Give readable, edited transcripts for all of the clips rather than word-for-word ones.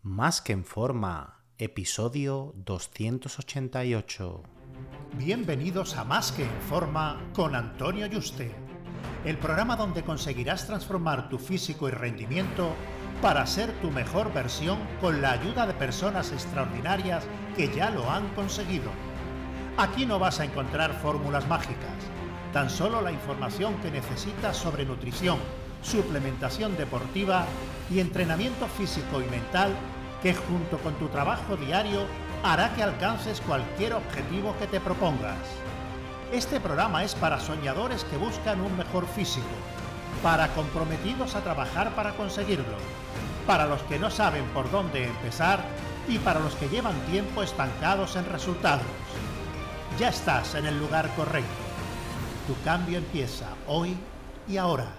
Más que en forma, episodio 288. Bienvenidos a Más que en forma con Antonio Yuste, el programa donde conseguirás transformar tu físico y rendimiento para ser tu mejor versión con la ayuda de personas extraordinarias que ya lo han conseguido. Aquí no vas a encontrar fórmulas mágicas, tan solo la información que necesitas sobre nutrición, suplementación deportiva y entrenamiento físico y mental que junto con tu trabajo diario hará que alcances cualquier objetivo que te propongas. Este programa es para soñadores que buscan un mejor físico, para comprometidos a trabajar para conseguirlo, para los que no saben por dónde empezar y para los que llevan tiempo estancados en resultados. Ya estás en el lugar correcto. Tu cambio empieza hoy y ahora.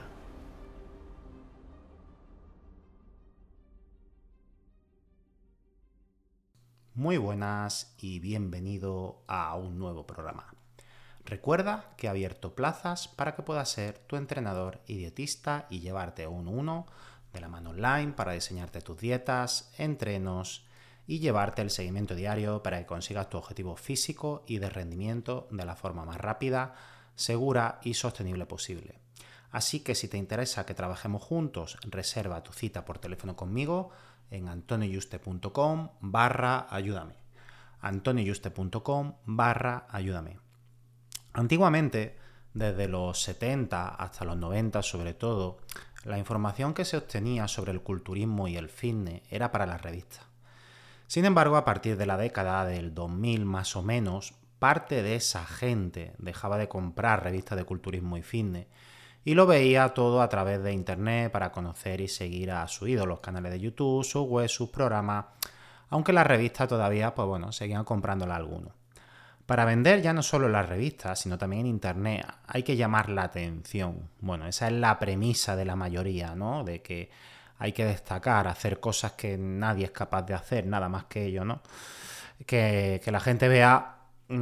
Muy buenas y bienvenido a un nuevo programa. Recuerda que he abierto plazas para que puedas ser tu entrenador y dietista y llevarte 1-1 de la mano online para diseñarte tus dietas, entrenos y llevarte el seguimiento diario para que consigas tu objetivo físico y de rendimiento de la forma más rápida, segura y sostenible posible. Así que si te interesa que trabajemos juntos, reserva tu cita por teléfono conmigo en antonioyuste.com/ayúdame. antonioyuste.com/ayúdame. Antiguamente, desde los 70 hasta los 90 sobre todo, la información que se obtenía sobre el culturismo y el fitness era para las revistas. Sin embargo, a partir de la década del 2000 más o menos, parte de esa gente dejaba de comprar revistas de culturismo y fitness y lo veía todo a través de internet para conocer y seguir a sus ídolos, los canales de YouTube, sus webs, sus programas, aunque las revistas todavía, seguían comprándolas algunos. Para vender ya no solo en las revistas, sino también en internet, hay que llamar la atención. Bueno, esa es la premisa de la mayoría, ¿no? De que hay que destacar, hacer cosas que nadie es capaz de hacer, nada más que ello, ¿no? Que la gente vea,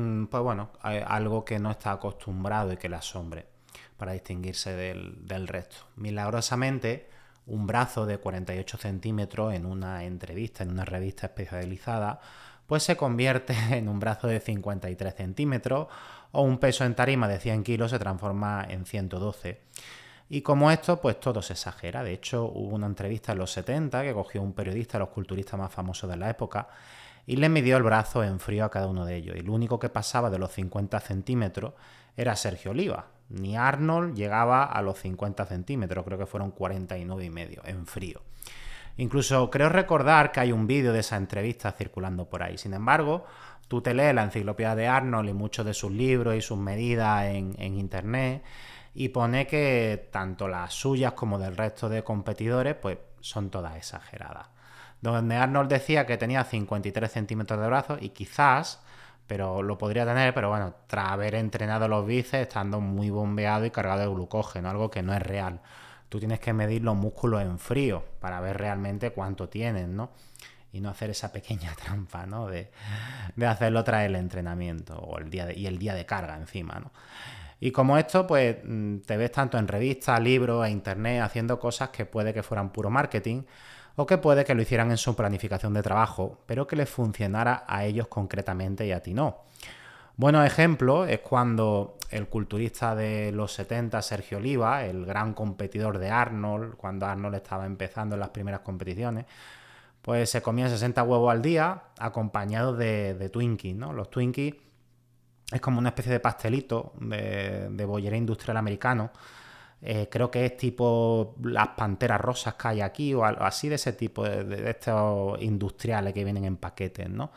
algo que no está acostumbrado y que le asombre, para distinguirse del resto. Milagrosamente, un brazo de 48 centímetros en una entrevista, en una revista especializada, pues se convierte en un brazo de 53 centímetros o un peso en tarima de 100 kilos se transforma en 112. Y como esto, pues todo se exagera. De hecho, hubo una entrevista en los 70 que cogió un periodista, los culturistas más famosos de la época, y le midió el brazo en frío a cada uno de ellos. Y lo único que pasaba de los 50 centímetros era Sergio Oliva. Ni Arnold llegaba a los 50 centímetros, creo que fueron 49,5 en frío. Incluso creo recordar que hay un vídeo de esa entrevista circulando por ahí. Sin embargo, tú te lees la enciclopedia de Arnold y muchos de sus libros y sus medidas en internet y pone que tanto las suyas como del resto de competidores pues son todas exageradas. Donde Arnold decía que tenía 53 centímetros de brazo y quizás, pero lo podría tener, pero bueno, tras haber entrenado los bíceps estando muy bombeado y cargado de glucógeno, algo que no es real. Tú tienes que medir los músculos en frío para ver realmente cuánto tienen, ¿no? Y no hacer esa pequeña trampa, ¿no? De hacerlo tras el entrenamiento o el día de carga encima, ¿no? Y como esto, pues te ves tanto en revistas, libros e internet haciendo cosas que puede que fueran puro marketing o que puede que lo hicieran en su planificación de trabajo, pero que les funcionara a ellos concretamente y a ti no. Buenos ejemplos es cuando el culturista de los 70, Sergio Oliva, el gran competidor de Arnold, cuando Arnold estaba empezando en las primeras competiciones, pues se comía 60 huevos al día acompañados de Twinkies, ¿no? Los Twinkies es como una especie de pastelito de bollería industrial americano. Creo que es tipo las panteras rosas que hay aquí o así, de ese tipo de estos industriales que vienen en paquetes, ¿no?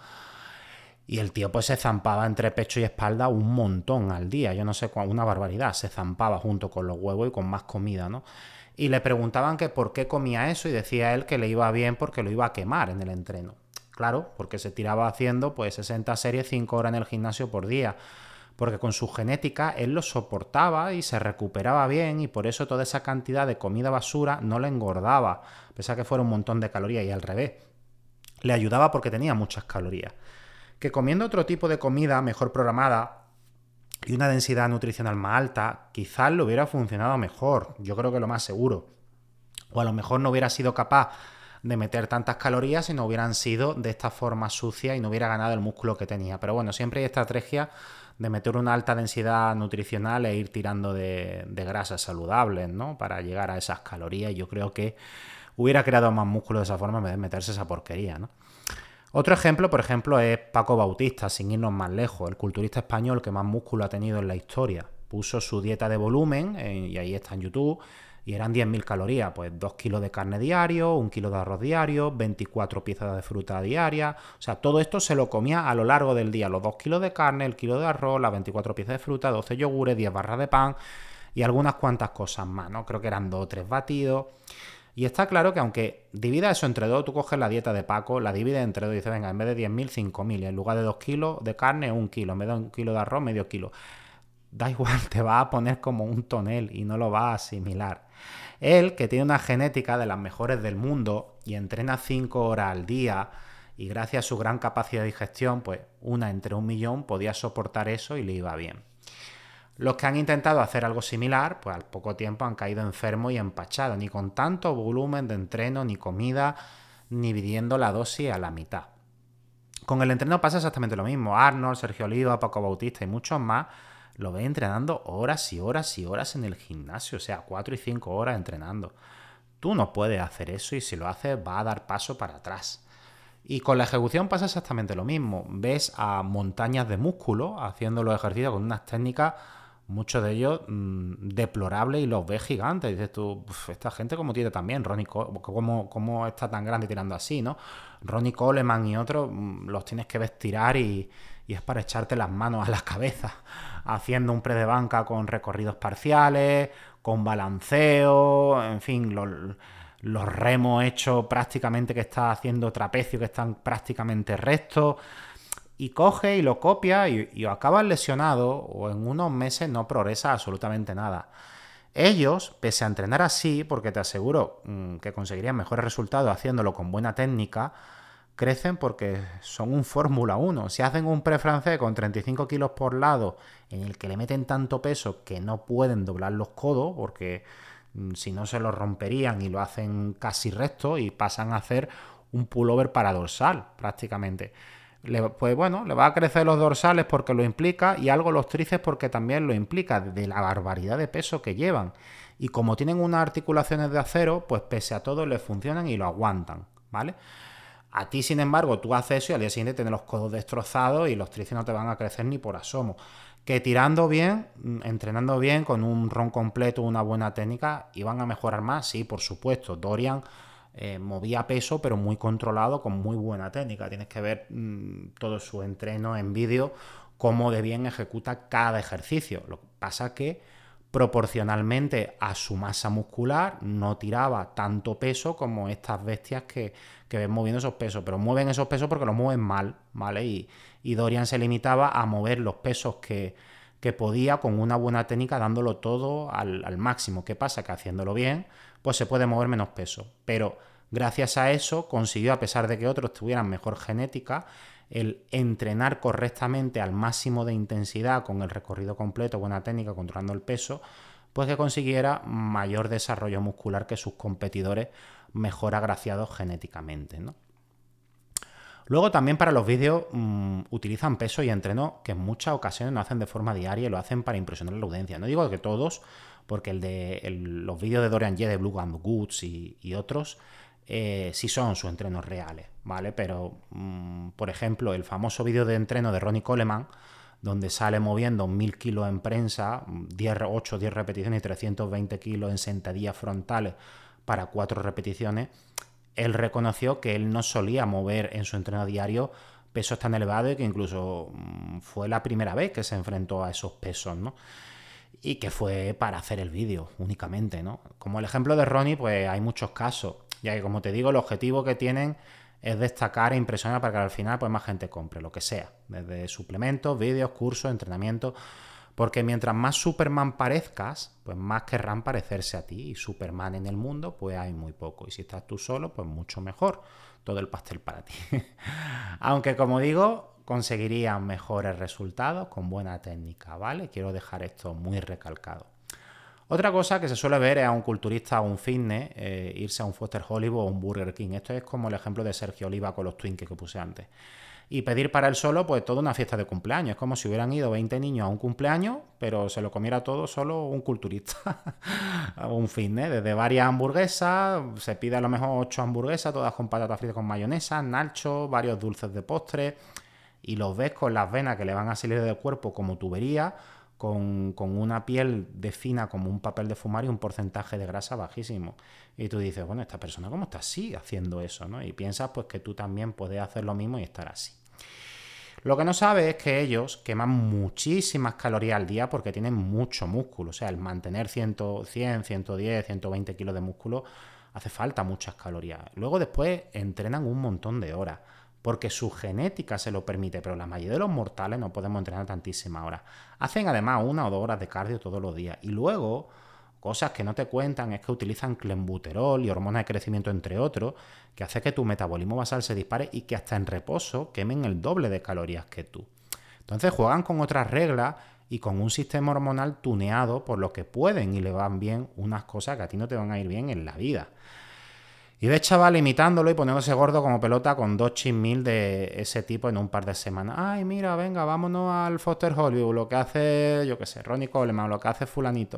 Y el tío pues se zampaba entre pecho y espalda un montón al día, yo no sé, una barbaridad, se zampaba junto con los huevos y con más comida, ¿no? Y le preguntaban que por qué comía eso y decía él que le iba bien porque lo iba a quemar en el entreno. Claro, porque se tiraba haciendo pues 60 series 5 horas en el gimnasio por día, porque con su genética él lo soportaba y se recuperaba bien y por eso toda esa cantidad de comida basura no le engordaba, pese a que fuera un montón de calorías, y al revés, le ayudaba porque tenía muchas calorías. Que comiendo otro tipo de comida mejor programada y una densidad nutricional más alta, quizás le hubiera funcionado mejor, yo creo que lo más seguro. O a lo mejor no hubiera sido capaz de meter tantas calorías si no hubieran sido de esta forma sucia y no hubiera ganado el músculo que tenía. Pero bueno, siempre hay estrategia de meter una alta densidad nutricional e ir tirando de grasas saludables, ¿no? Para llegar a esas calorías. Yo creo que hubiera creado más músculo de esa forma en vez de meterse esa porquería, ¿no? Otro ejemplo, por ejemplo, es Paco Bautista, sin irnos más lejos, el culturista español que más músculo ha tenido en la historia. Puso su dieta de volumen, y ahí está en YouTube, y eran 10.000 calorías, pues 2 kilos de carne diario, 1 kilo de arroz diario, 24 piezas de fruta diaria. O sea, todo esto se lo comía a lo largo del día, los 2 kilos de carne, el kilo de arroz, las 24 piezas de fruta, 12 yogures, 10 barras de pan y algunas cuantas cosas más, ¿no? Creo que eran 2 o 3 batidos. Y está claro que aunque divida eso entre dos, tú coges la dieta de Paco, la divides entre dos y dices, venga, en vez de 10.000, 5.000. Y en lugar de 2 kilos de carne, 1 kilo. En vez de 1 kilo de arroz, medio kilo. Da igual, te va a poner como un tonel y no lo va a asimilar. Él, que tiene una genética de las mejores del mundo y entrena 5 horas al día, y gracias a su gran capacidad de digestión, pues una entre 1.000.000 podía soportar eso y le iba bien. Los que han intentado hacer algo similar, pues al poco tiempo han caído enfermos y empachados, ni con tanto volumen de entreno, ni comida, ni dividiendo la dosis a la mitad. Con el entreno pasa exactamente lo mismo. Arnold, Sergio Oliva, Paco Bautista y muchos más lo ven entrenando horas y horas y horas en el gimnasio, o sea, 4 y 5 horas entrenando. Tú no puedes hacer eso y si lo haces va a dar paso para atrás. Y con la ejecución pasa exactamente lo mismo. Ves a montañas de músculo haciendo los ejercicios con unas técnicas, muchos de ellos deplorables, y los ves gigantes. Y dices tú, esta gente como tiene también, ¿cómo está tan grande tirando así, ¿no? Ronnie Coleman y otros los tienes que ver tirar y es para echarte las manos a la cabeza, haciendo un press de banca con recorridos parciales, con balanceo, en fin, los remos hechos prácticamente que está haciendo trapecio, que están prácticamente rectos. Y coge y lo copia y o acabas lesionado o en unos meses no progresa absolutamente nada. Ellos, pese a entrenar así, porque te aseguro que conseguirían mejores resultados haciéndolo con buena técnica, crecen porque son un Fórmula 1. Si hacen un press francés con 35 kilos por lado en el que le meten tanto peso que no pueden doblar los codos porque si no se los romperían, y lo hacen casi recto y pasan a hacer un pullover para dorsal prácticamente. Pues bueno, le va a crecer los dorsales porque lo implica y algo los tríceps porque también lo implica, de la barbaridad de peso que llevan. Y como tienen unas articulaciones de acero, pues pese a todo les funcionan y lo aguantan, ¿vale? A ti, sin embargo, tú haces eso y al día siguiente tienes los codos destrozados y los tríceps no te van a crecer ni por asomo. Que tirando bien, entrenando bien, con un ROM completo, una buena técnica, iban a mejorar más, sí, por supuesto. Dorian movía peso, pero muy controlado, con muy buena técnica. Tienes que ver todo su entreno en vídeo, cómo de bien ejecuta cada ejercicio. Lo que pasa que proporcionalmente a su masa muscular no tiraba tanto peso como estas bestias que ven moviendo esos pesos, pero mueven esos pesos porque los mueven mal, ¿vale? Y Dorian se limitaba a mover los pesos que podía con una buena técnica, dándolo todo al máximo. ¿Qué pasa? Que haciéndolo bien, pues se puede mover menos peso, pero gracias a eso consiguió, a pesar de que otros tuvieran mejor genética, el entrenar correctamente al máximo de intensidad con el recorrido completo, buena técnica, controlando el peso, pues que consiguiera mayor desarrollo muscular que sus competidores mejor agraciados genéticamente, ¿no? Luego también para los vídeos utilizan peso y entreno que en muchas ocasiones no hacen de forma diaria y lo hacen para impresionar a la audiencia. No digo que todos, porque los vídeos de Dorian J, de Blue and Goods y otros sí son sus entrenos reales, ¿vale? Pero, por ejemplo, el famoso vídeo de entreno de Ronnie Coleman, donde sale moviendo 1.000 kilos en prensa, 8 o 10 repeticiones y 320 kilos en sentadillas frontales para 4 repeticiones, él reconoció que él no solía mover en su entreno diario pesos tan elevados y que incluso fue la primera vez que se enfrentó a esos pesos, ¿no? Y que fue para hacer el vídeo únicamente, ¿no? Como el ejemplo de Ronnie, pues hay muchos casos, ya que, como te digo, el objetivo que tienen es destacar e impresionar para que al final pues más gente compre, lo que sea, desde suplementos, vídeos, cursos, entrenamiento, porque mientras más Superman parezcas, pues más querrán parecerse a ti, y Superman en el mundo pues hay muy poco, y si estás tú solo, pues mucho mejor, todo el pastel para ti. Aunque, como digo, conseguirían mejores resultados con buena técnica, ¿vale? Quiero dejar esto muy recalcado. Otra cosa que se suele ver es a un culturista o un fitness irse a un Foster Hollywood o un Burger King. Esto es como el ejemplo de Sergio Oliva con los Twinkies que puse antes. Y pedir para él solo, pues toda una fiesta de cumpleaños. Es como si hubieran ido 20 niños a un cumpleaños, pero se lo comiera todo solo un culturista o un fitness. Desde varias hamburguesas, se pide a lo mejor 8 hamburguesas, todas con patatas fritas con mayonesa, nachos, varios dulces de postre. Y los ves con las venas que le van a salir del cuerpo como tubería, con una piel de fina como un papel de fumar y un porcentaje de grasa bajísimo. Y tú dices, bueno, esta persona ¿cómo está así haciendo eso, ¿no? Y piensas pues que tú también puedes hacer lo mismo y estar así. Lo que no sabes es que ellos queman muchísimas calorías al día porque tienen mucho músculo. O sea, el mantener 100, 110, 120 kilos de músculo hace falta muchas calorías. Luego después entrenan un montón de horas, porque su genética se lo permite, pero la mayoría de los mortales no podemos entrenar tantísimas horas. Hacen además 1 o 2 horas de cardio todos los días. Y luego, cosas que no te cuentan es que utilizan clenbuterol y hormonas de crecimiento, entre otros, que hace que tu metabolismo basal se dispare y que hasta en reposo quemen el doble de calorías que tú. Entonces juegan con otras reglas y con un sistema hormonal tuneado, por lo que pueden y le van bien unas cosas que a ti no te van a ir bien en la vida. Y ves chaval imitándolo y poniéndose gordo como pelota con 2 chismil de ese tipo en un par de semanas. Ay, mira, venga, vámonos al Foster Hollywood, lo que hace, yo qué sé, Ronnie Coleman, lo que hace fulanito.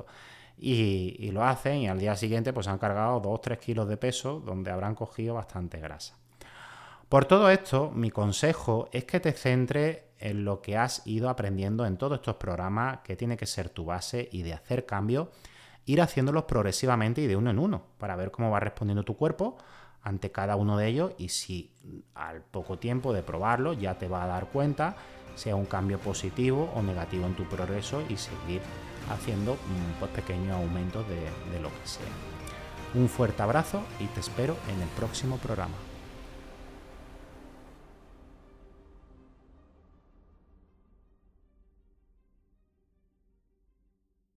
Y lo hacen y al día siguiente pues han cargado 2-3 kilos de peso donde habrán cogido bastante grasa. Por todo esto, mi consejo es que te centres en lo que has ido aprendiendo en todos estos programas, que tiene que ser tu base, y de hacer cambios, ir haciéndolos progresivamente y de uno en uno, para ver cómo va respondiendo tu cuerpo ante cada uno de ellos, y si al poco tiempo de probarlo ya te va a dar cuenta sea un cambio positivo o negativo en tu progreso, y seguir haciendo pues, pequeños aumentos de lo que sea. Un fuerte abrazo y te espero en el próximo programa.